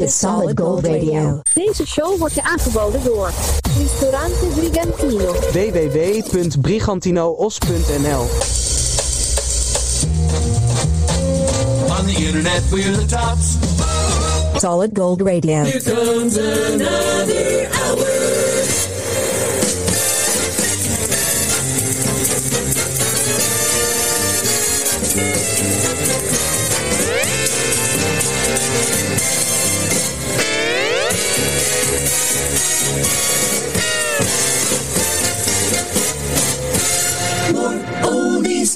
is Solid Gold Radio. Deze show wordt je aangeboden door Ristorante Brigantino. www.brigantinoos.nl. On the internet we're the tops. Solid Gold Radio. Here comes another hour. More oldies.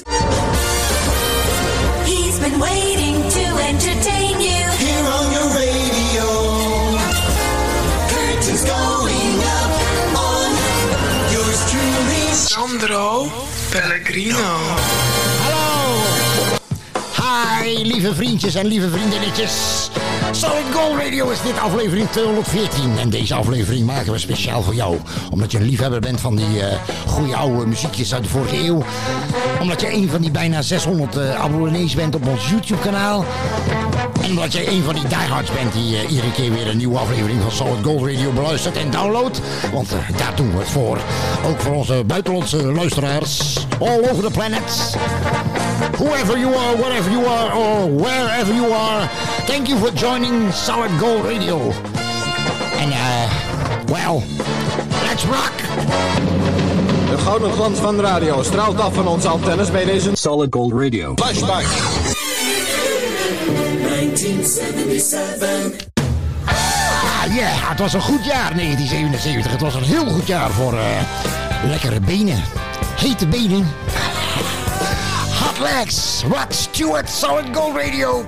He's been waiting to entertain you. Here on your radio. Curtains going up on yours truly. Sandro Pellegrino. Hallo! Hi, lieve vriendjes en lieve vriendinnetjes. Solid Gold Radio is dit aflevering 214. En deze aflevering maken we speciaal voor jou. Omdat je een liefhebber bent van die goede oude muziekjes uit de vorige eeuw. Omdat je een van die bijna 600 abonnees bent op ons YouTube kanaal. En omdat jij een van die diehards bent die iedere keer weer een nieuwe aflevering van Solid Gold Radio beluistert en downloadt. Want daar doen we het voor. Ook voor onze buitenlandse luisteraars. All over the planet. Whoever you are, wherever you are, or wherever you are. Thank you for joining Solid Gold Radio. En well, let's rock! De gouden glans van de radio straalt af van onze antennes bij deze Solid Gold Radio. Flashback. 1977. Ja, het was een goed jaar 1977. Het was een heel goed jaar voor lekkere benen. Hete benen. Hot legs. Rod Stewart, Solid Gold Radio.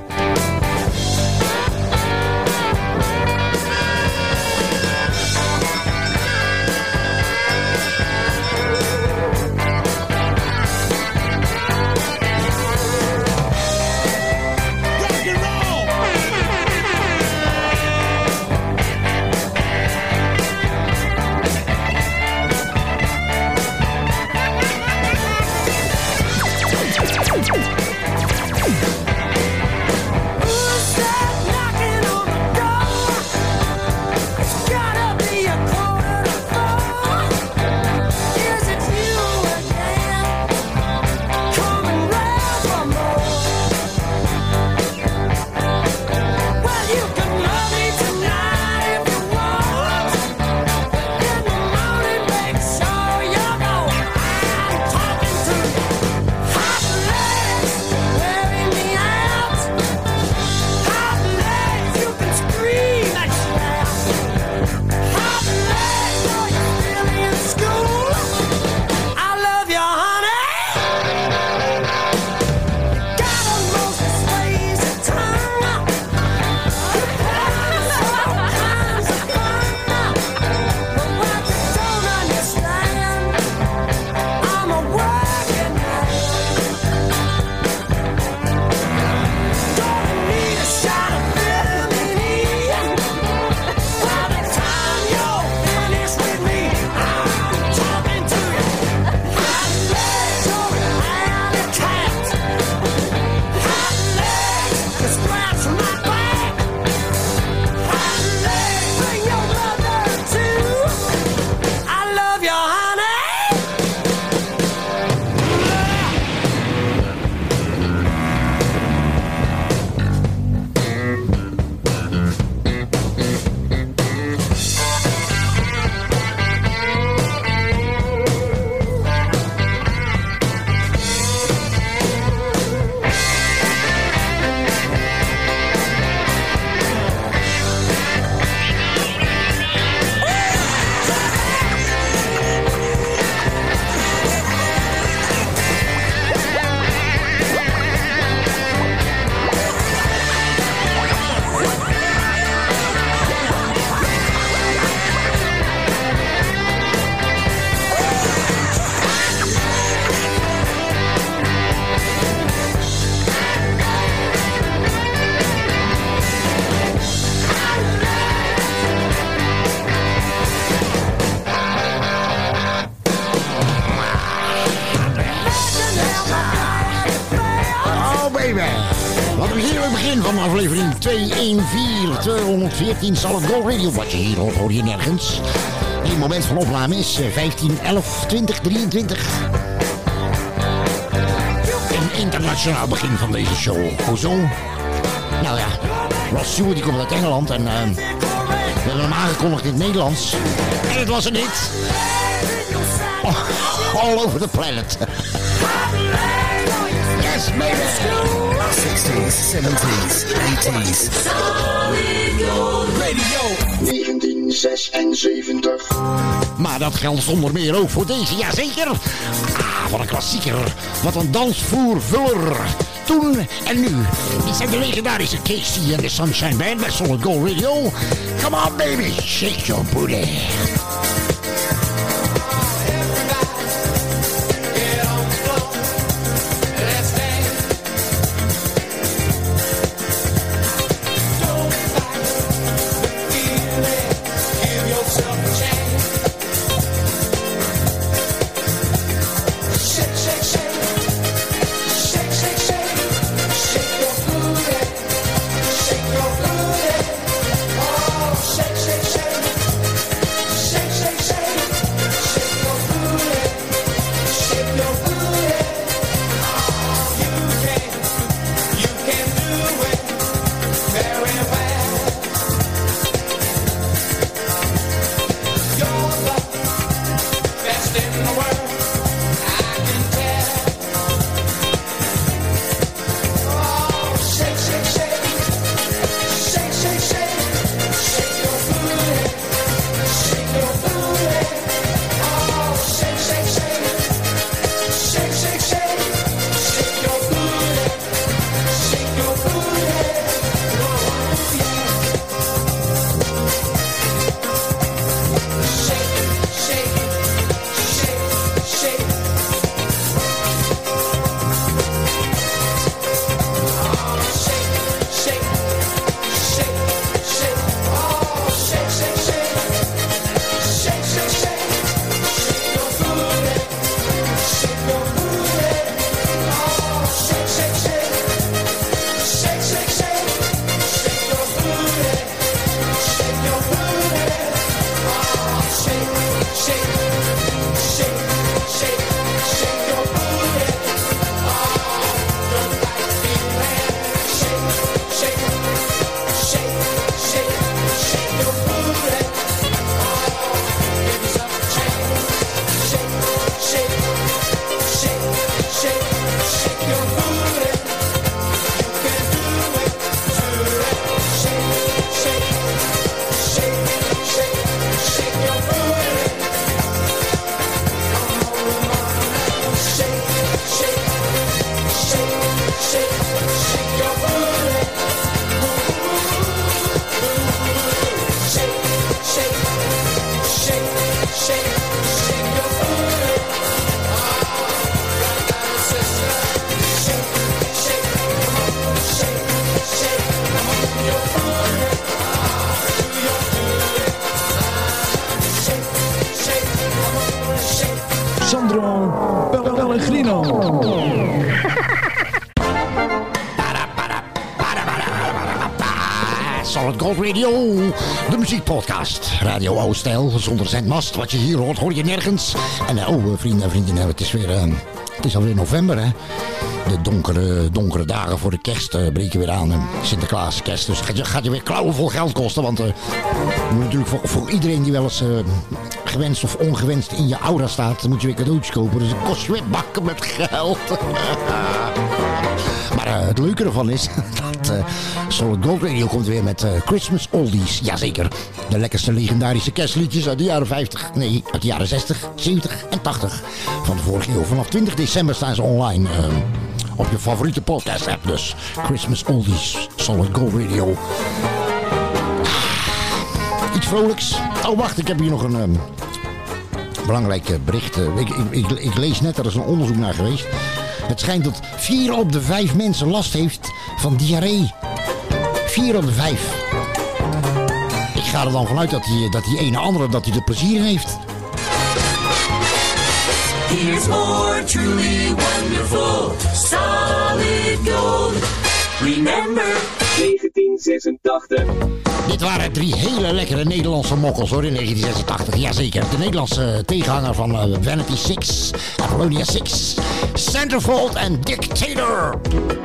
aflevering 214 Solid Gold Radio. Wat je hier hoort je nergens. Het moment van opname is 15/11/2023. Een internationaal begin van deze show. Hoezo? Nou ja, Ross Stewart die komt uit Engeland en we hebben hem aangekondigd in het Nederlands. En het was er niet. All over the planet. Yes, baby! 60s, 70s, 80s. Solid Gold Radio. 1976. Maar dat geldt zonder meer ook voor deze, jazeker. Wat een klassieker. Wat een dansvoervuller. Toen en nu. Dit zijn de legendarische Casey en de Sunshine Band bij Solid Gold Radio. Come on baby, shake your booty. Solid Gold Radio, de muziekpodcast. Radio Oostijl, zonder zendmast. Wat je hier hoort, hoor je nergens. En vrienden en vriendinnen, het is alweer november, hè. De donkere dagen voor de kerst breken weer aan. Sinterklaas, kerst, dus gaat je weer klauwen vol geld kosten. Want je moet natuurlijk voor iedereen die wel eens gewenst of ongewenst in je aura staat, moet je weer cadeautjes kopen. Dus het kost je weer bakken met geld. Maar het leuke ervan is dat Solid Gold Radio komt weer met Christmas Oldies. Jazeker, de lekkerste legendarische kerstliedjes uit de jaren 50, nee, uit de jaren 60, 70 en 80 van de vorige eeuw. Vanaf 20 december staan ze online op je favoriete podcast app. Dus Christmas Oldies, Solid Gold Radio. Iets vrolijks. Oh wacht, ik heb hier nog een belangrijk bericht. Ik lees net, er is een onderzoek naar geweest. Het schijnt dat 4 op de 5 mensen last heeft van diarree. 4 op de 5. Ik ga er dan vanuit dat die ene andere dat hij er plezier in heeft. Here's more truly wonderful solid gold. Remember, 1986. Dit waren 3 hele lekkere Nederlandse mokkels hoor in 1986. Jazeker, de Nederlandse tegenhanger van Vanity 6, Apollonia 6, Centerfold en Dictator.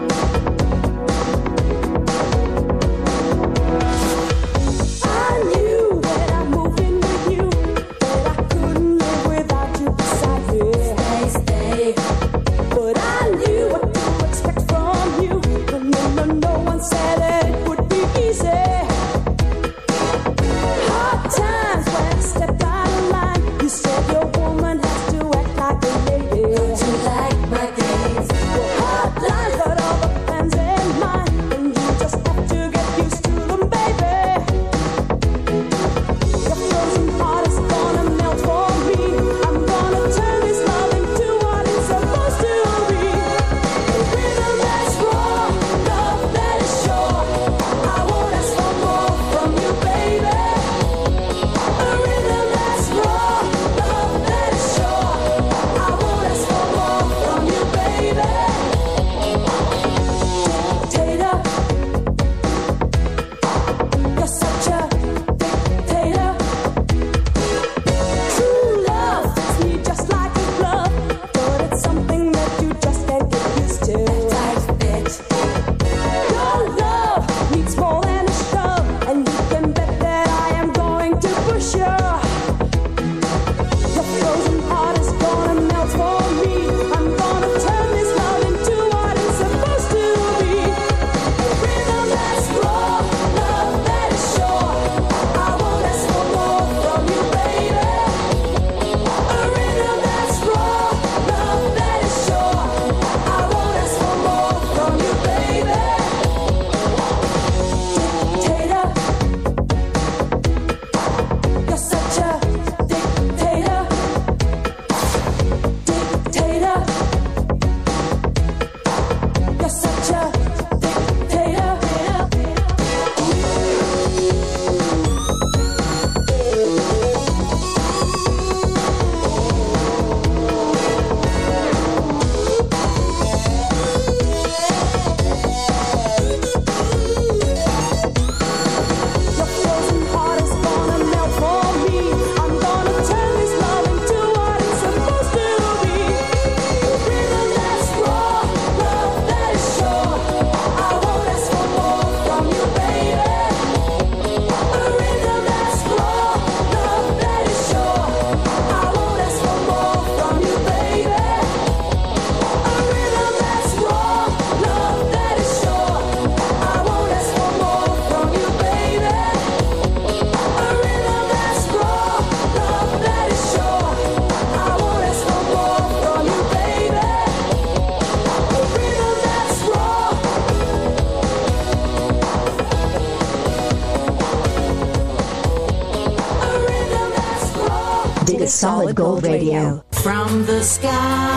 Solid Gold Radio. From the skies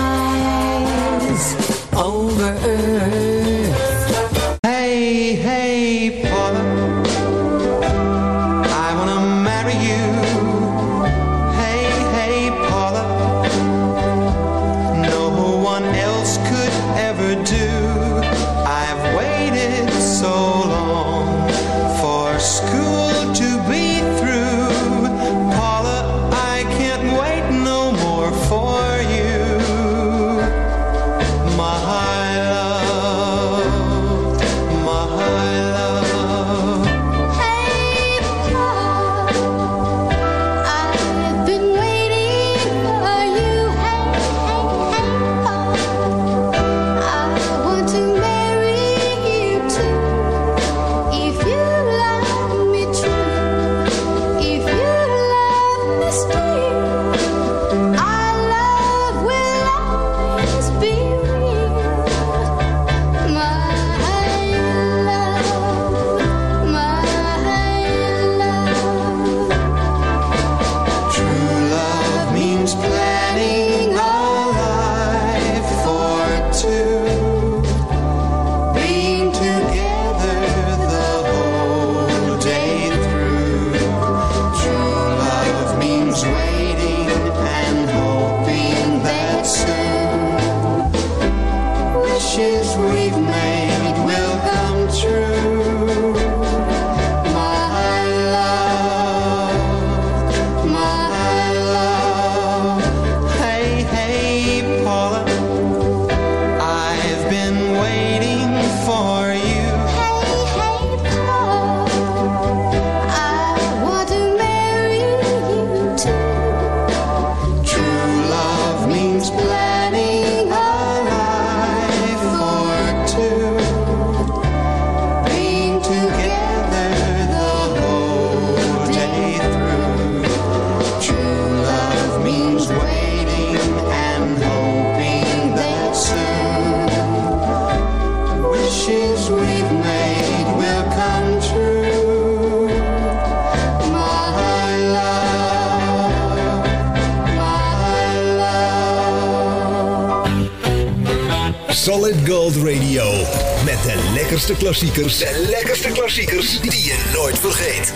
over earth. Hey, hey, Paula, I wanna marry you. Hey, hey, Paula, no one else could ever do. I've waited so long for school to be through. Paula, I can't wait no more for you, my love. lekkerste klassiekers. De lekkerste klassiekers die je nooit vergeet.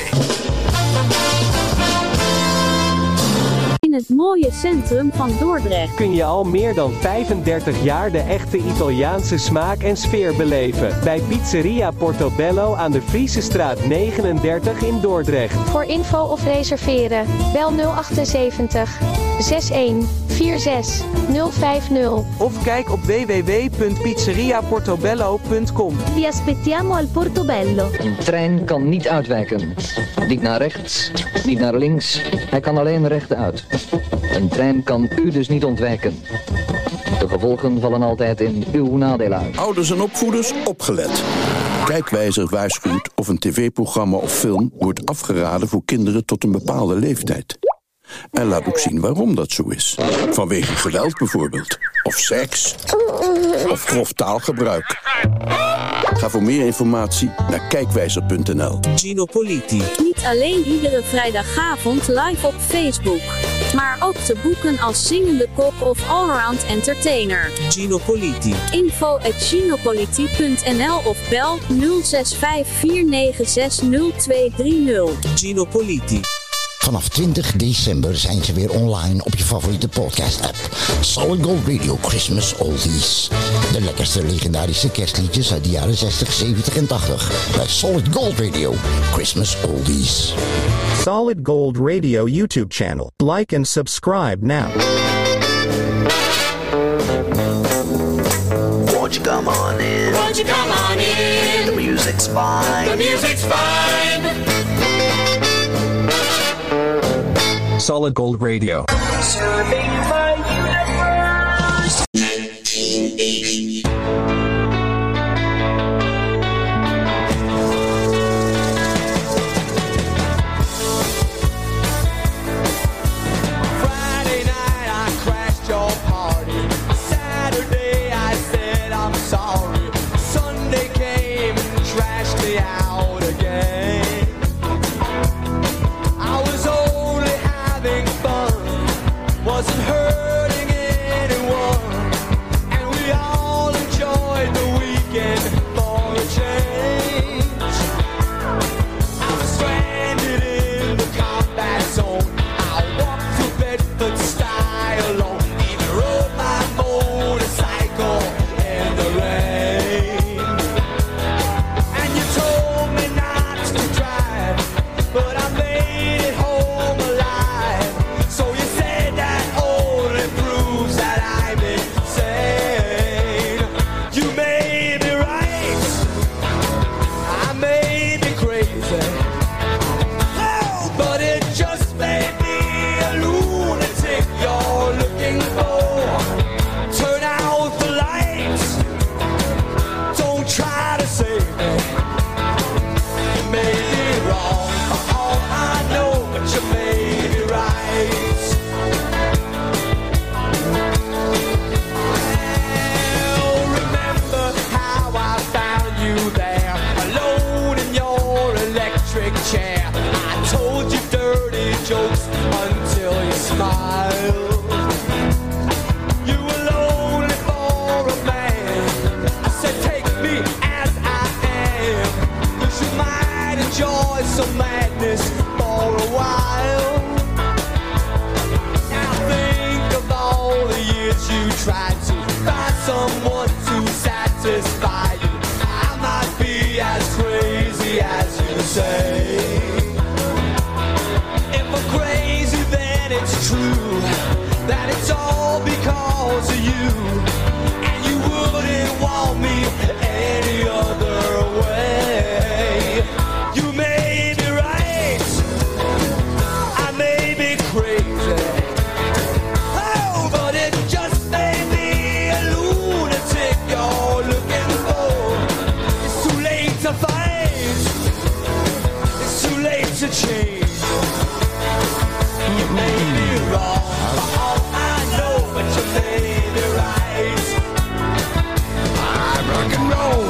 In het mooie centrum van Dordrecht kun je al meer dan 35 jaar de echte Italiaanse smaak en sfeer beleven. Bij Pizzeria Portobello aan de Friesestraat 39 in Dordrecht. Voor info of reserveren, bel 078 61 46 050. Of kijk op www.pizzeriaportobello.com. Vi aspettiamo al Portobello. Een trein kan niet uitwijken. Niet naar rechts, niet naar links. Hij kan alleen rechtuit. Een trein kan u dus niet ontwijken. De gevolgen vallen altijd in uw nadeel uit. Ouders en opvoeders, opgelet. Kijkwijzer waarschuwt of een tv-programma of film wordt afgeraden voor kinderen tot een bepaalde leeftijd. En laat ook zien waarom dat zo is. Vanwege geweld bijvoorbeeld. Of seks. Of grof taalgebruik. Ga voor meer informatie naar kijkwijzer.nl. Gino Politi. Niet alleen iedere vrijdagavond live op Facebook, maar ook te boeken als zingende kok of allround entertainer. Gino Politi. info@ginopoliti.nl of bel 065 496 0230. Gino Politi. Vanaf 20 december zijn ze weer online op je favoriete podcast-app. Solid Gold Radio Christmas Oldies. De lekkerste legendarische kerstliedjes uit de jaren 60, 70 en 80. Bij Solid Gold Radio Christmas Oldies. Solid Gold Radio YouTube channel. Like and subscribe now. Won't you come on in? Won't you come on in? The music's fine. The music's fine. Solid Gold Radio. Serving my universe. Friday night I crashed your party. Saturday I said I'm sorry. Sunday came and trashed me out again. I was only having fun, wasn't hurting anyone, and we all enjoyed the weekend for a change. I was stranded in the combat zone. I walked to Bedford style alone, even rode my motorcycle in the rain. And you told me not to drive, but I made it home alive. So you said that only proves that I'm insane. You may be right, I may be crazy, but it just may be a lunatic you're looking for. Turn out the lights, don't try to save me. You may be wrong for all I know, but you may be right. Well, remember how I found you there, alone in your electric chair. I told you dirty jokes until you smiled. You were lonely for a man. I said take me as I am, 'cause you might enjoy some madness for a while. Now think of all the years you tried to find someone to satisfy you. I might be as crazy as you say. If I'm crazy, then it's true that it's all because of you, and you wouldn't want me any other way. You may be right, I may be crazy, oh, but it just may be a lunatic you're looking for. It's too late to fight, it's too late to change. You may be wrong for all I know, but you may be right. I'm rock and roll.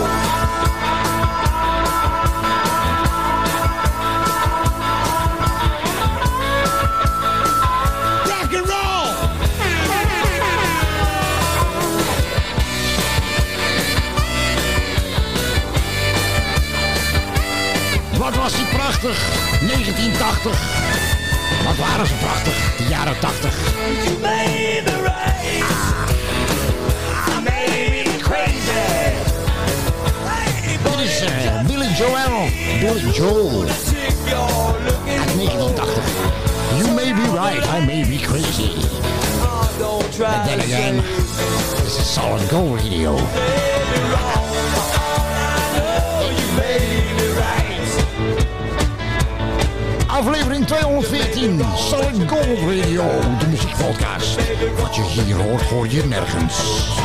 Rock and roll. prachtig. Wat waren ze prachtig, de jaren 80. You made the right. I made me crazy. Dit is Billy Joel. Billy Joel. Uit 1980. You may be right, I may be crazy. And then again, this is Solid Gold Radio. Aflevering 214, Solid Gold Radio, de muziekpodcast. Wat je hier hoort, hoor je nergens.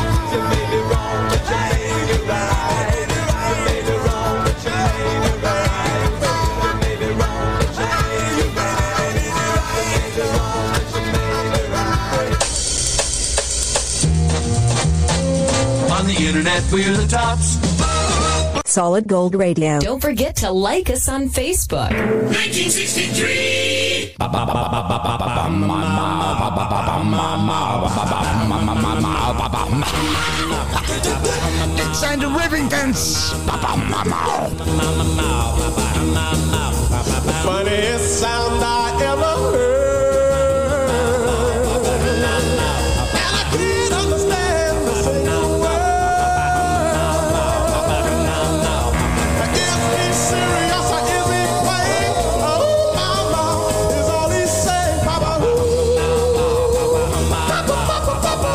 On the internet, we're the tops. Solid Gold Radio. Don't forget to like us on Facebook. 1963. Dit zijn de Rivingtons. The funniest sound I ever heard. And I can't understand the single word. Is he serious or is he playing? Oh, mama, is all he's saying, Papa. Papa, Papa, Papa.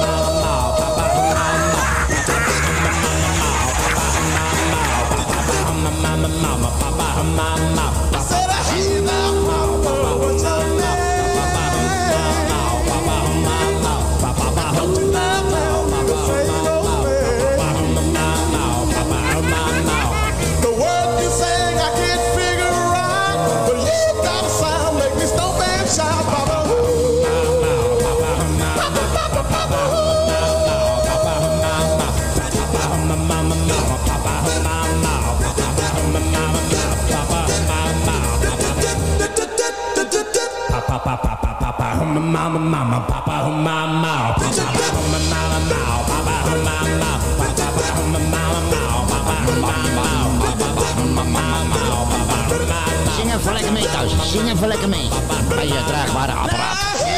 I said, hey now, Papa, what's your name? Don't you laugh now, you say no way. The word you sing I can't figure out, but you got a sound make me stomp and shout, Papa. Papa, Papa, Papa. Zing even lekker mee thuis, zing even lekker mee. Bij je draagbare apparaat.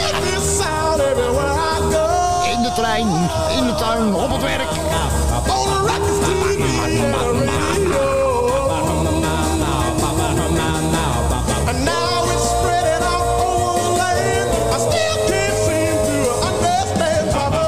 In de trein, in de tuin, op het werk. And now it's spreading out over the land. I still can't seem to understand, Papa.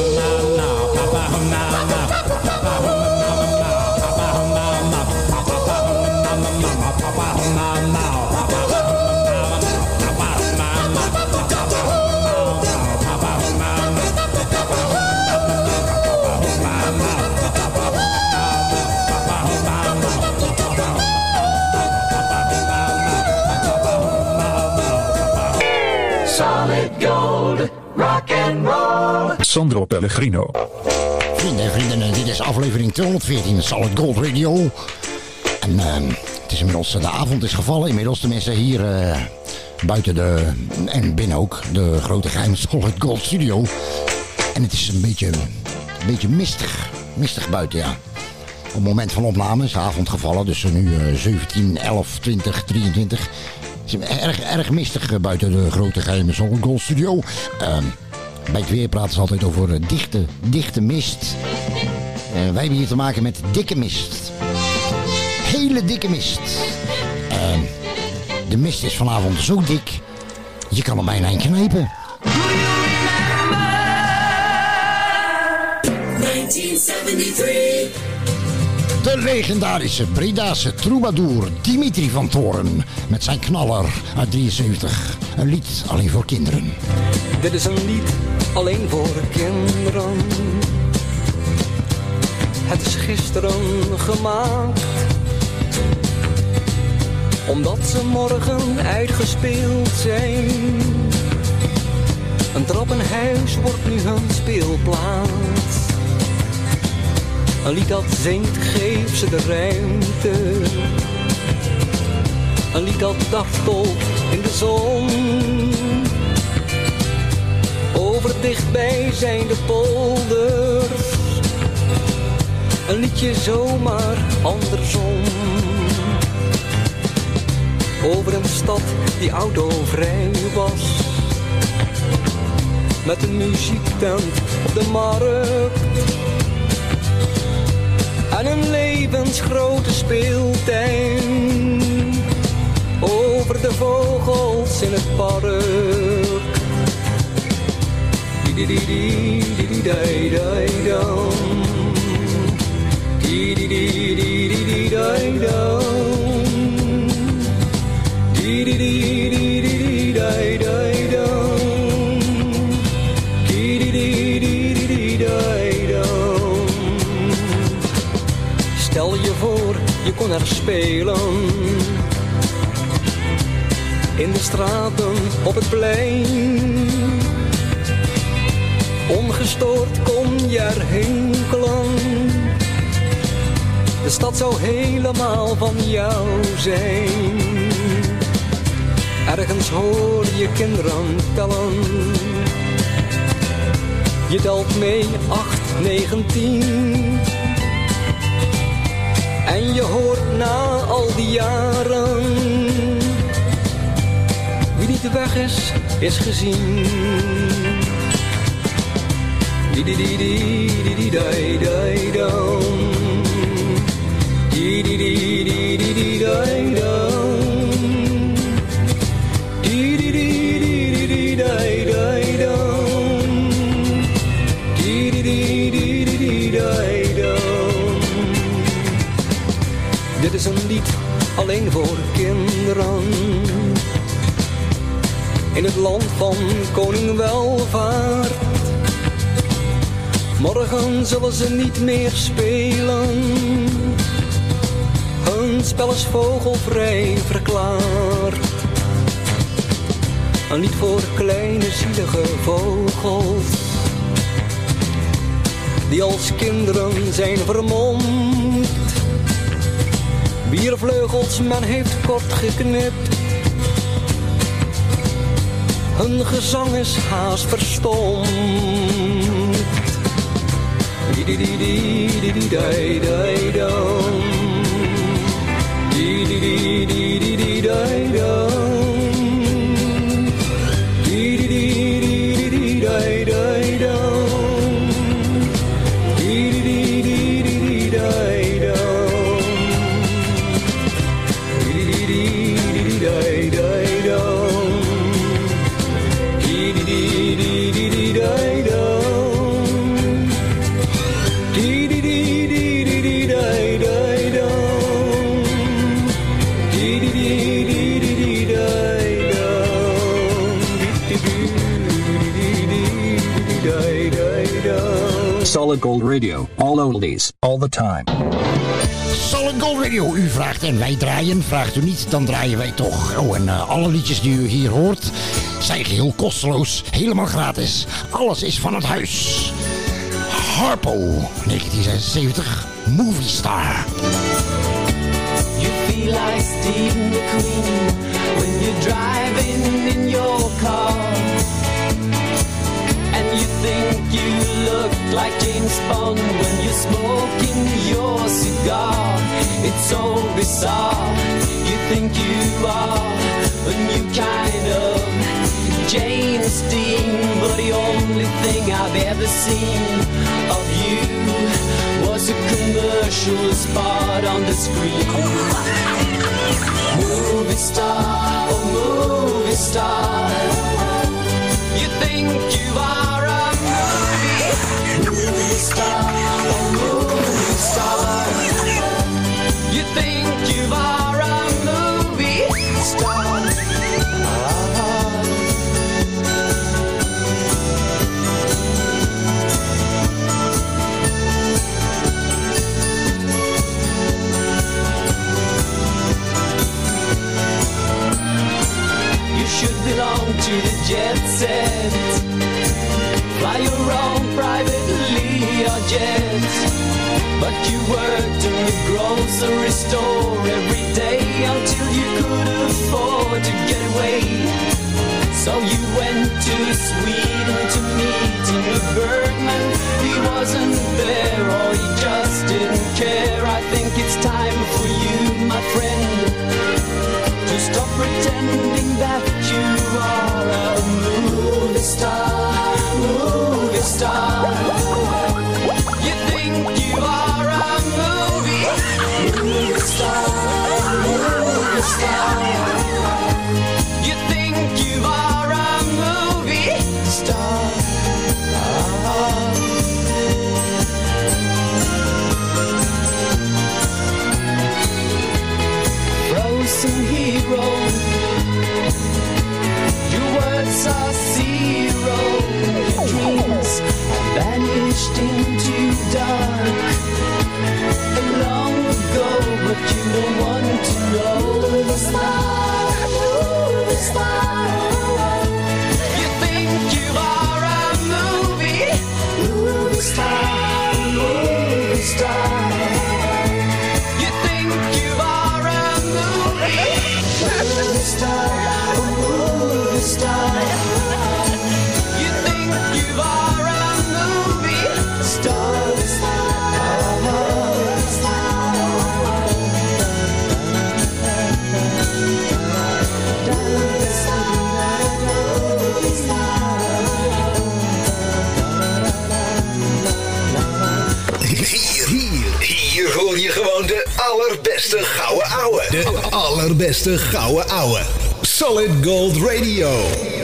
Solid gold, rock and roll. Sandro Pellegrino. Vrienden en vriendinnen, dit is aflevering 214 Solid Gold Radio. En het is inmiddels, de avond is gevallen. Inmiddels tenminste hier buiten de, en binnen ook, de grote geheime Solid Gold Studio. En het is een beetje mistig buiten, ja. Op het moment van opname is de avond gevallen, dus nu 17, 11, 20, 23... Het is erg mistig buiten de grote geheime Solid Gold Studio. Bij het weer praten ze altijd over dichte mist. Wij hebben hier te maken met dikke mist. Hele dikke mist. De mist is vanavond zo dik, je kan er bijna in knijpen. 1973. De legendarische Bredase troubadour Dimitri van Toorn met zijn knaller uit 73. Een lied alleen voor kinderen. Dit is een lied alleen voor kinderen. Het is gisteren gemaakt, omdat ze morgen uitgespeeld zijn. Een trappenhuis wordt nu hun speelplaats. Een lied dat zingt, geeft ze de ruimte. Een lied dat dartelt in de zon. Over dichtbij zijn de polders. Een liedje zomaar andersom. over een stad die autovrij was. Met een muziektent op de markt en een levensgrote speeltuin over de vogels in het park. Stel je voor, je kon er spelen in de straten, op het plein. Ongestoord kon je er hinkelen. De stad zou helemaal van jou zijn. Ergens hoor je kinderen tellen. Je telt mee 8, 9, 10. En je hoort na al die jaren, wie niet weg is, is gezien. Dit is een lied alleen voor kinderen. In het land van koning Welvaart. Morgen zullen ze niet meer spelen. Hun spel is vogelvrij verklaard. Een lied voor kleine zielige vogels, die als kinderen zijn vermomd. Wier vleugels men heeft kort geknipt. Hun gezang is haast verstomd. Solid Gold Radio. All oldies. All the time. Solid Gold Radio. U vraagt en wij draaien. Vraagt u niet, dan draaien wij toch. Oh, en alle liedjes die u hier hoort zijn geheel kosteloos. Helemaal gratis. Alles is van het huis. Harpo, 1976. Movie Star. You feel like Steve McQueen when you're driving in your car. And you think you look like James Bond when you're smoking your cigar. It's so bizarre. You think you are a new kind of James Dean, but the only thing I've ever seen of you was a commercial spot on the screen. Movie star, oh movie star, you think you are a movie star, oh movie star, you think you are a movie star. Should belong to the jet set. Fly your own privately or jet. But you worked in the grocery store every day until you could afford to get away. So you went to Sweden to meet Ingmar Bergman. He wasn't there or he just didn't care. I think it's time for you, my friend, to stop movie star, movie star. You think you are a movie star, movie star. You think you are a movie star. Frozen hero, your words are zero. Your dreams vanished into dark long ago, but you don't want to know. Movie star, movie star. You think you are a movie star, movie star. You think you are a movie star, movie star. You think you are a movie star. Hier hoor je gewoon de allerbeste gouden ouwe. De allerbeste gouden ouwe. Solid Gold Radio.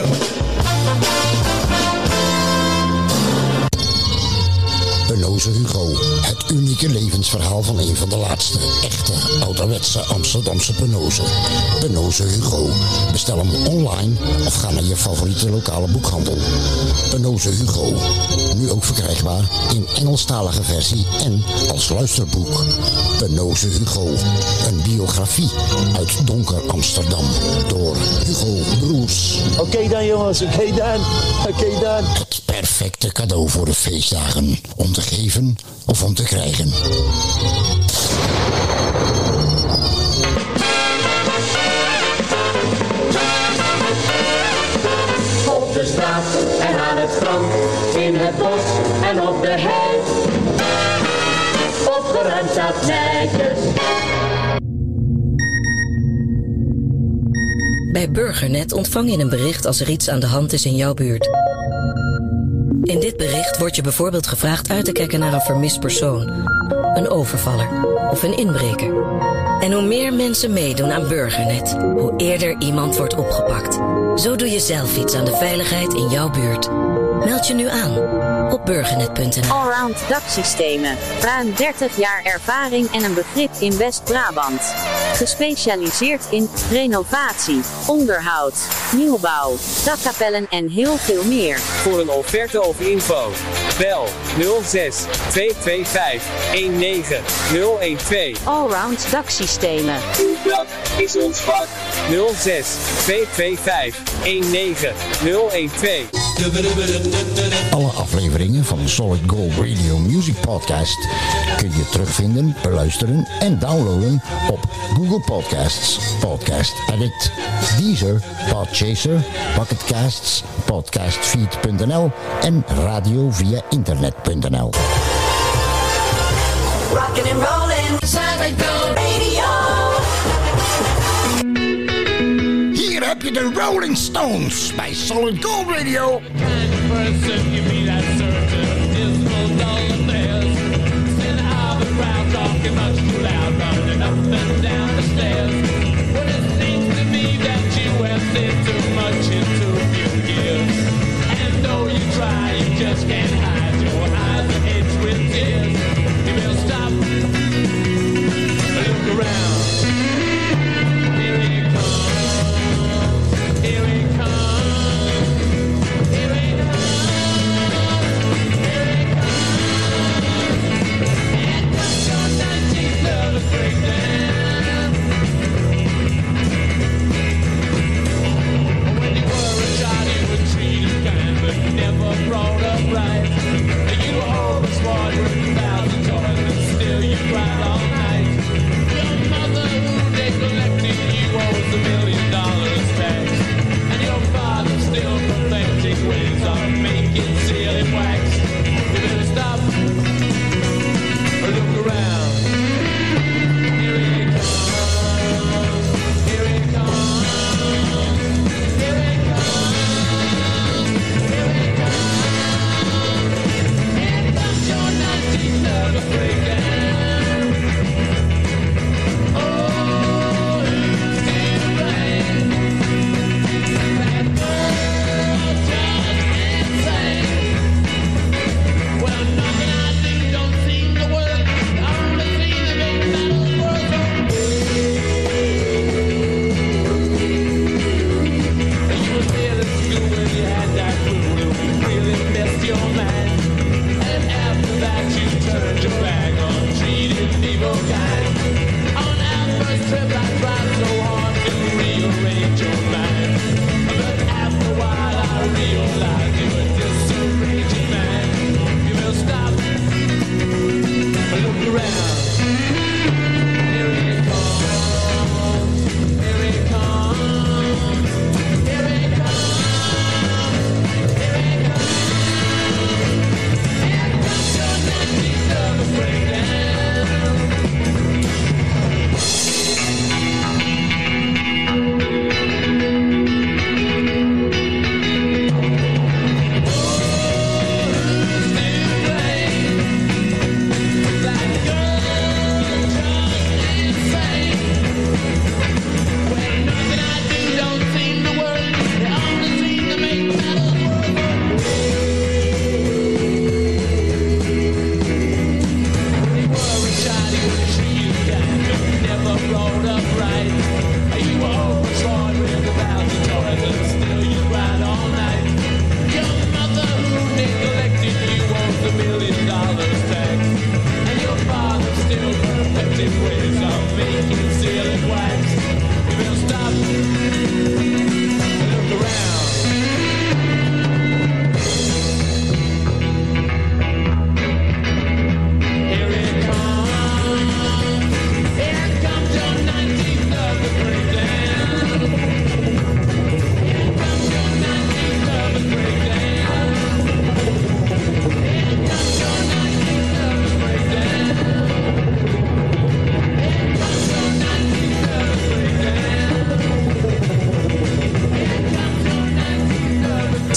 Penoze Hugo. Het unieke levensverhaal van een van de laatste echte ouderwetse Amsterdamse Penozen. Penoze Hugo. Bestel hem online of ga naar je favoriete lokale boekhandel. Penoze Hugo. Nu ook verkrijgbaar in Engelstalige versie en als luisterboek. Penoze Hugo. Een biografie uit donker Amsterdam door Hugo Broers. Oké dan jongens, oké dan. Het perfecte cadeau voor de feestdagen. Om te geven of om te krijgen. Op de straat en aan het strand, in het bos en op de hei. Opgeruimd staat netjes. Bij Burgernet ontvang je een bericht als er iets aan de hand is in jouw buurt. In dit bericht wordt je bijvoorbeeld gevraagd uit te kijken naar een vermist persoon, een overvaller of een inbreker. En hoe meer mensen meedoen aan Burgernet, hoe eerder iemand wordt opgepakt. Zo doe je zelf iets aan de veiligheid in jouw buurt. Meld je nu aan op burgernet.nl. Allround daksystemen. Ruim 30 jaar ervaring en een begrip in West-Brabant. Gespecialiseerd in renovatie, onderhoud, nieuwbouw, dakkapellen en heel veel meer. Voor een offerte of info, bel 06 225 19012. Allround daksystemen. Dat is ons vak. 06 225 19012. Alle afleveringen van de Solid Gold Radio Music Podcast kun je terugvinden, beluisteren en downloaden op Google Podcasts, Podcast Addict, Deezer, Podchaser, Pocket Casts, podcastfeed.nl en radio via internet.nl. Rockin' and rollin', Solid Gold Radio. Hier heb je de Rolling Stones bij Solid Gold Radio.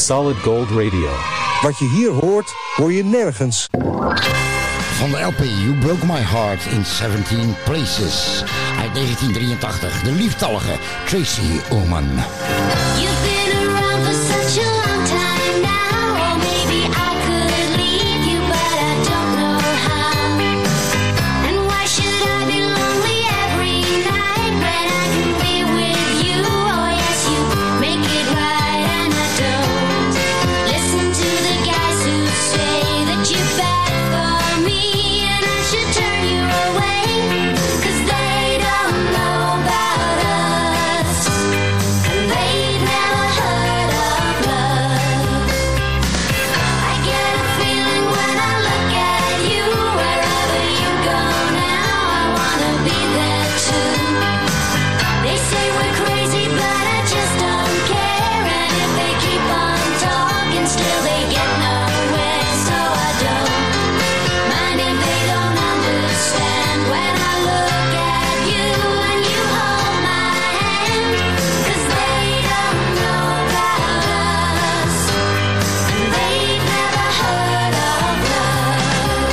Solid Gold Radio. Wat je hier hoort, hoor je nergens. Van de LP You Broke My Heart in 17 Places uit 1983. De lieftallige Tracy Ullman. You've been around for such a long time now. Or maybe I could leave you, but I don't know how. And why should I be lonely every night when I can be with you? Oh yes, you make it right and I don't. Listen to the guys who say that you're bad for me and I should turn you away, 'cause they don't know about us and they've never heard of love. I get a feeling when I look at you, wherever you go now, I wanna be there too. They say we're crazy, but I just don't care, and if they keep on talking, still they get nowhere, so I don't mind if they don't understand when I look at you and you hold my hand, 'cause they don't know about us and they've never heard of love.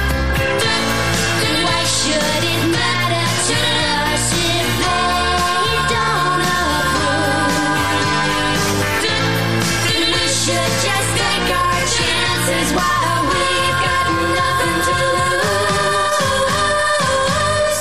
Why should it matter to us if they don't approve? We should just take our chances while we've got nothing to lose.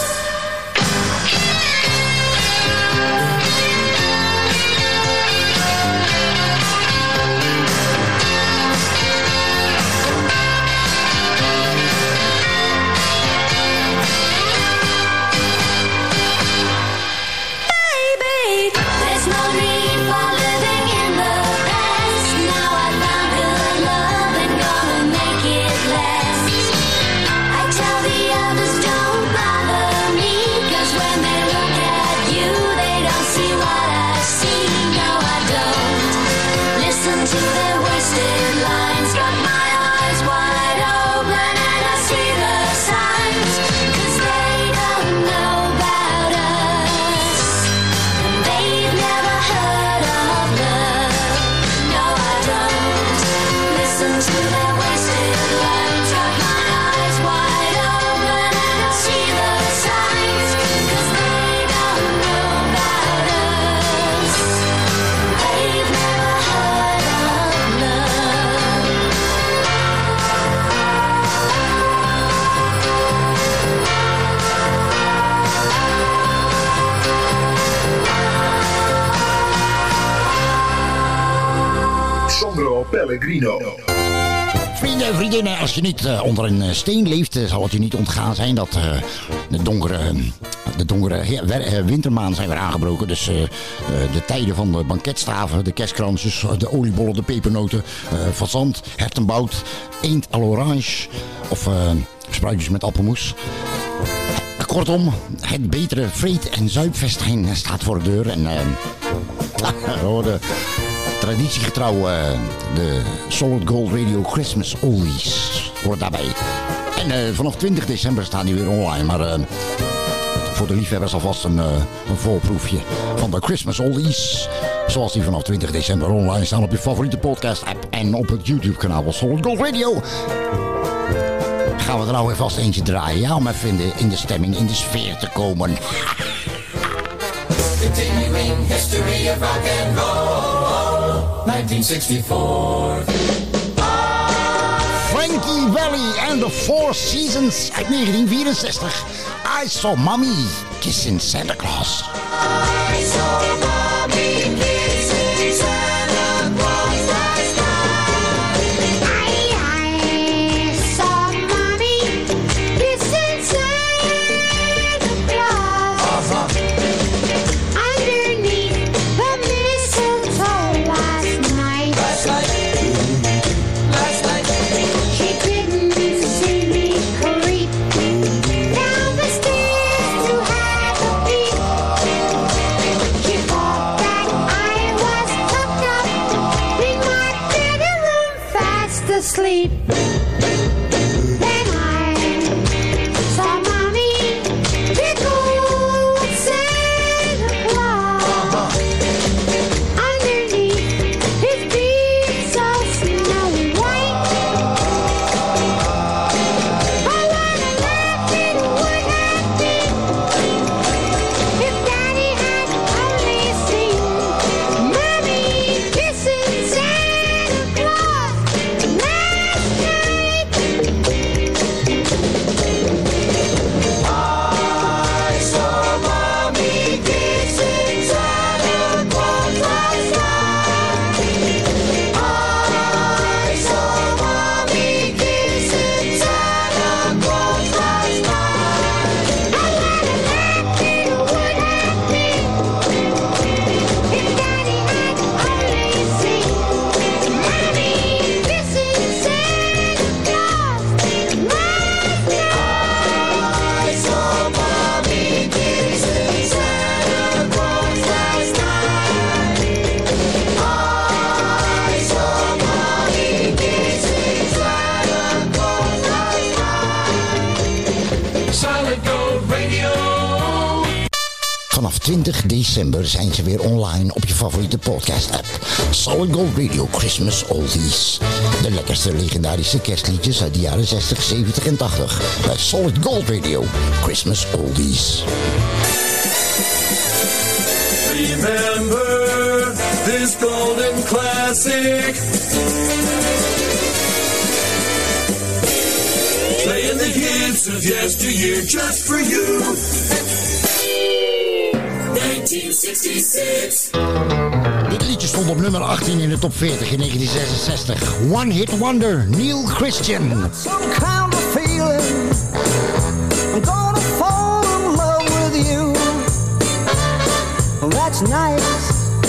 Baby, there's no need for living in the past. Now I found good love and gonna make it last. I tell the others don't bother me, 'cause when they look at you, they don't see what I see. No, I don't listen to their wasted lines. Got my eyes wide open and I see the signs, 'cause they don't know about us and they've never heard of love. No, I don't listen to their wasted lines. Got my eyes wide open and I see the signs, 'cause they don't know about us. They've never heard of love. Sandro Pellegrino. Vrienden en vriendinnen, als je niet onder een steen leeft, zal het je niet ontgaan zijn dat de donkere wintermaanden zijn weer aangebroken. Dus de tijden van de banketstaven, de kerstkransjes, de oliebollen, de pepernoten, fazant, hertenbout, eend à l'orange of spruitjes met appelmoes. Kortom, het betere vreet- en zuipfestijn staat voor de deur. En de traditiegetrouw de Solid Gold Radio Christmas Oldies hoort daarbij. En vanaf 20 december staan die weer online. Maar voor de liefhebbers alvast een voorproefje van de Christmas Oldies. Zoals die vanaf 20 december online staan op je favoriete podcast app en op het YouTube kanaal van Solid Gold Radio. Gaan we er nou weer vast eentje draaien, ja, om even in de stemming, in de sfeer te komen. Continuing history of rock and roll, 1964. Frankie Valli and the Four Seasons uit 1964. I Saw Mommy Kissing Santa Claus. I saw mommy kissing Santa Claus last night. I saw mommy kissing Santa Claus underneath the mistletoe last night. She didn't see me creep down the stairs to have a peek. She thought that I was tucked up in my bedroom fast asleep. Then I saw mommy tickle Santa Claus underneath his big vanaf 20 december zijn ze weer online op je favoriete podcast-app. Solid Gold Radio Christmas Oldies. De lekkerste legendarische kerstliedjes uit de jaren 60, 70 en 80. Bij Solid Gold Radio Christmas Oldies. Remember this golden classic. Playing the hits of yesteryear just for you. 1966. Dit liedje stond op nummer 18 in de top 40 in 1966. One Hit Wonder, Neil Christian. Some kind of feeling I'm gonna fall in love with you. That's nice.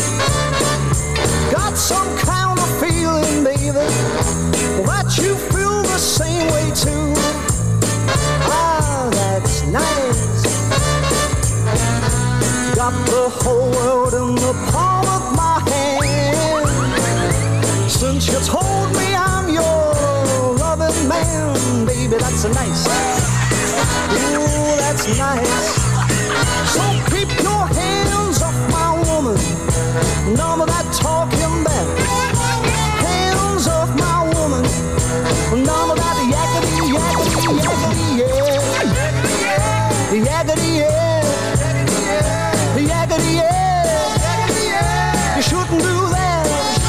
Got some kind of feeling, baby, that you feel the same way too. Ah, that's nice. Got the whole world in the palm of my hand. Since you told me I'm your loving man, baby, that's nice. Ooh, that's nice. So keep your hands off my woman. None of that talking back. Hands off my woman. None of that yakety, yakety, yakety, yeah. Yakety, yeah. Yakety, yeah. You shouldn't do that.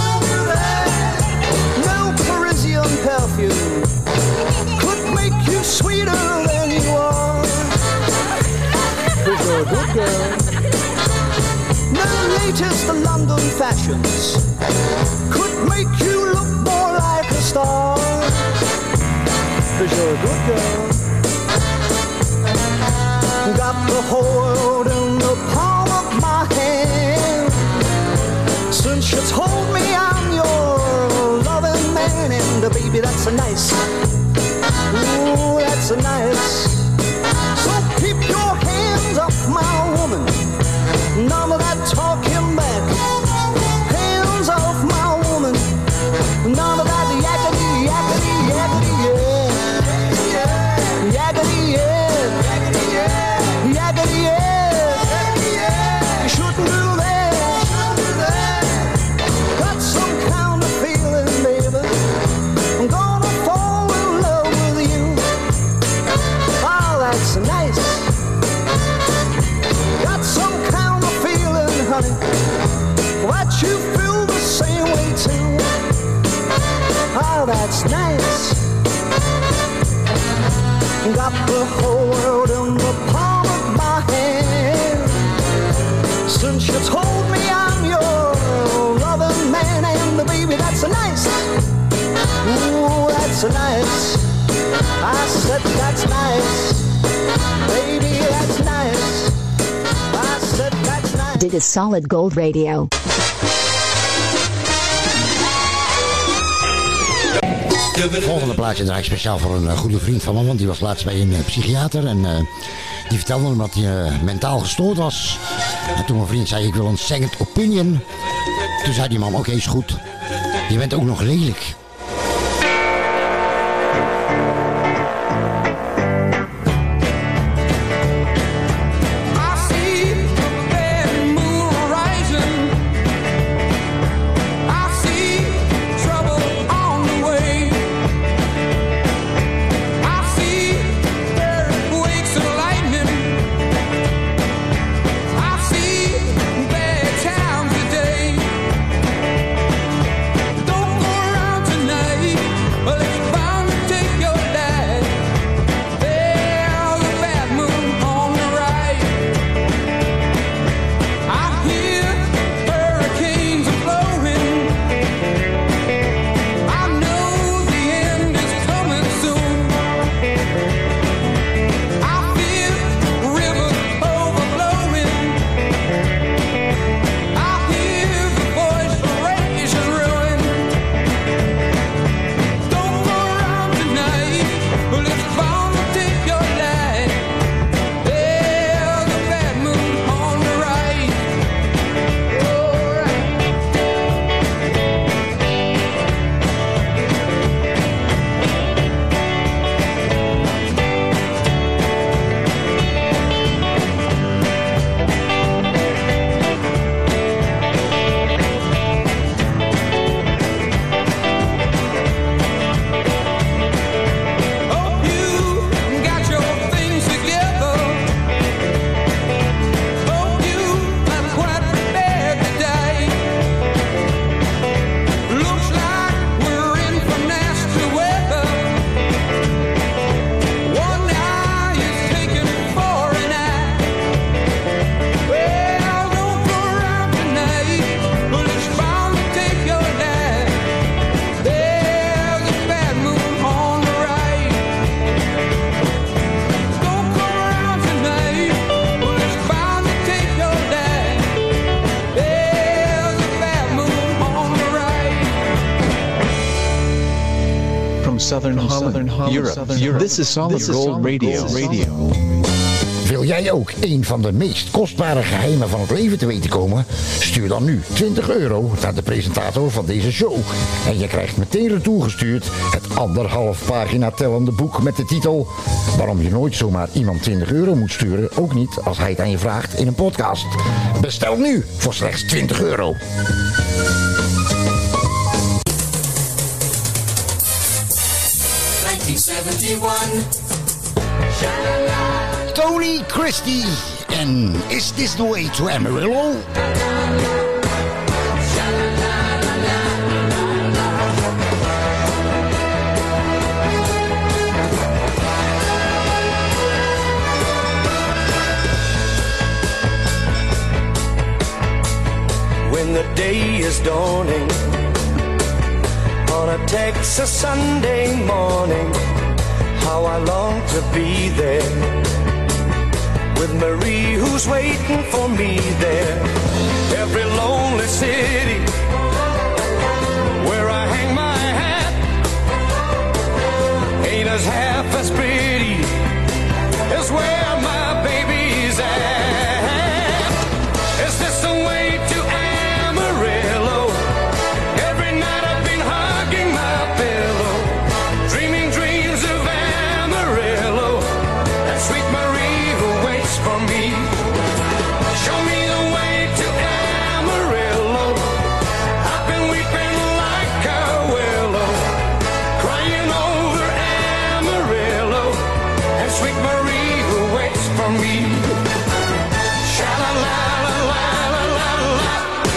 No Parisian perfume could make you sweeter than you are. You're a good girl. No latest London fashions could make you look more like a star. 'Cause you're a good girl. Got the whole world in the palm of my hand. Since you told me I'm your loving man, and baby, that's a nice. Ooh, that's a nice. So keep your hands off my woman. None of that talking back. Hands off my woman. None of that yakety, yakety, yakety, yeah. Yakety, yeah. Yakety, yeah. You shouldn't do that. Got some kind of feeling, baby. I'm gonna fall in love with you. Oh, that's nice. Got some kind of feeling, honey, that you feel the same way too. Oh, that's nice. Got the whole world in the palm of my hand. Since you told me I'm your loving man, and baby, that's a nice. Ooh, that's a nice. I said that's nice. Baby, that's nice. I said that's nice. Dit is Solid Gold Radio. Het volgende plaatje draai ik speciaal voor een goede vriend van me, want die was laatst bij een psychiater en die vertelde hem dat hij mentaal gestoord was. En toen mijn vriend zei, ik wil een second opinion, toen zei die man, oké, is goed, je bent ook nog lelijk. Don't go around tonight. Southern Holland, Europe. This is Solid Gold Radio. Wil jij ook een van de meest kostbare geheimen van het leven te weten komen? Stuur dan nu €20 naar de presentator van deze show. En je krijgt meteen retour gestuurd het 1,5 pagina tellende boek met de titel Waarom je nooit zomaar iemand €20 moet sturen, ook niet als hij het aan je vraagt in een podcast. Bestel nu voor slechts €20. Tony Christie en Is This The Way to Amarillo? When the day is dawning on a Texas Sunday morning, how I long to be there with Marie who's waiting for me there. Every lonely city where I hang my hat ain't as half as pretty as where my baby's at. Is this the way to Amarillo? Every night I've been hugging my pillow, dreaming dreams of Amarillo and sweet Marie who waits for me. Show me the way to Amarillo. I've been weeping like a willow, crying over Amarillo and sweet Marie who waits for me. Sha-la-la-la-la-la-la-la,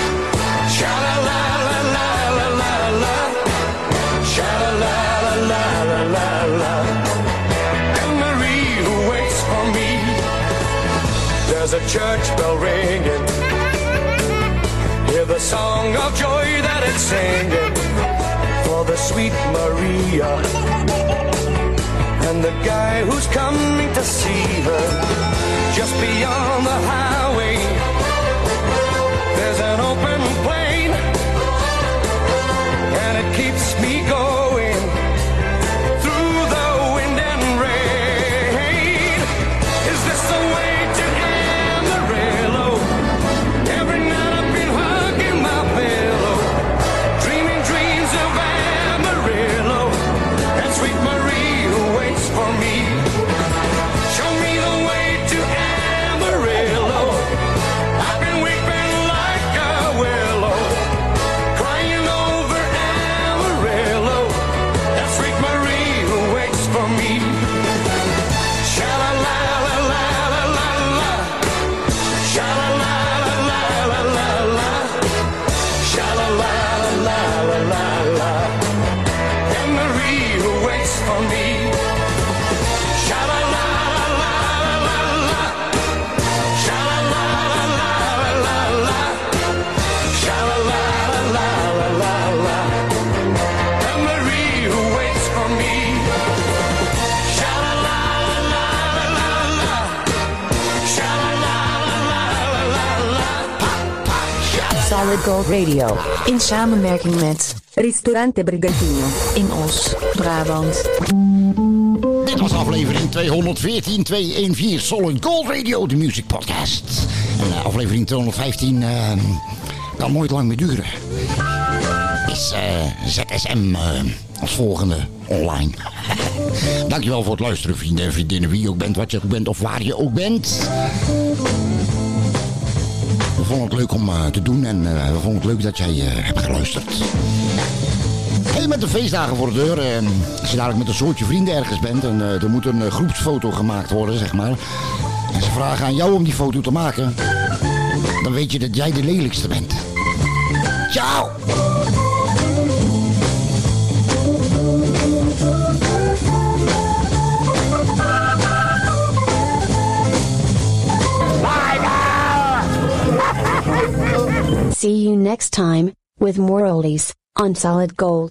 sha-la-la-la-la-la-la-la, sha-la-la-la-la-la-la, and Marie who waits for me. There's a church bell ringing, hear the song of joy that it's singing for the sweet Maria and the guy who's coming to see her. Just beyond the highway there's an open plain, and it keeps me going through the wind and rain. Is this the way to Amarillo? Every night I've been hugging my pillow, dreaming dreams of Amarillo and sweet Marie who waits for me. Show me the way to Amarillo. I've been weeping like a willow, crying over Amarillo and sweet Marie who waits for me. Sha-la-la-la-la-la-la-la, sha-la-la-la-la-la-la, sha-la-la-la-la-la-la, and Marie who waits for me. Sha-la-la-la-la-la-la, sha-la-la-la-la-la-la, sha-la-la-la-la-la-la, and Marie who waits for me. Sha-la-la-la-la-la-la, sha-la-la-la-la-la-la. Solid Gold Radio. In samenwerking met Ristorante Brigantino in Os, Brabant. Dit was aflevering 214, 214 Solid Gold Radio, de music podcast. En aflevering 215 kan nooit lang meer duren. Is ZSM als volgende online. Dankjewel voor het luisteren, vrienden en vriendinnen. Wie je ook bent, wat je ook bent of waar je ook bent. We vonden het leuk om te doen en we vonden het leuk dat jij hebt geluisterd. Hey, met de feestdagen voor de deur. Als je dadelijk met een soortje vrienden ergens bent en er moet een groepsfoto gemaakt worden, zeg maar. En ze vragen aan jou om die foto te maken. Dan weet je dat jij de lelijkste bent. Ciao! See you next time with more oldies on Solid Gold.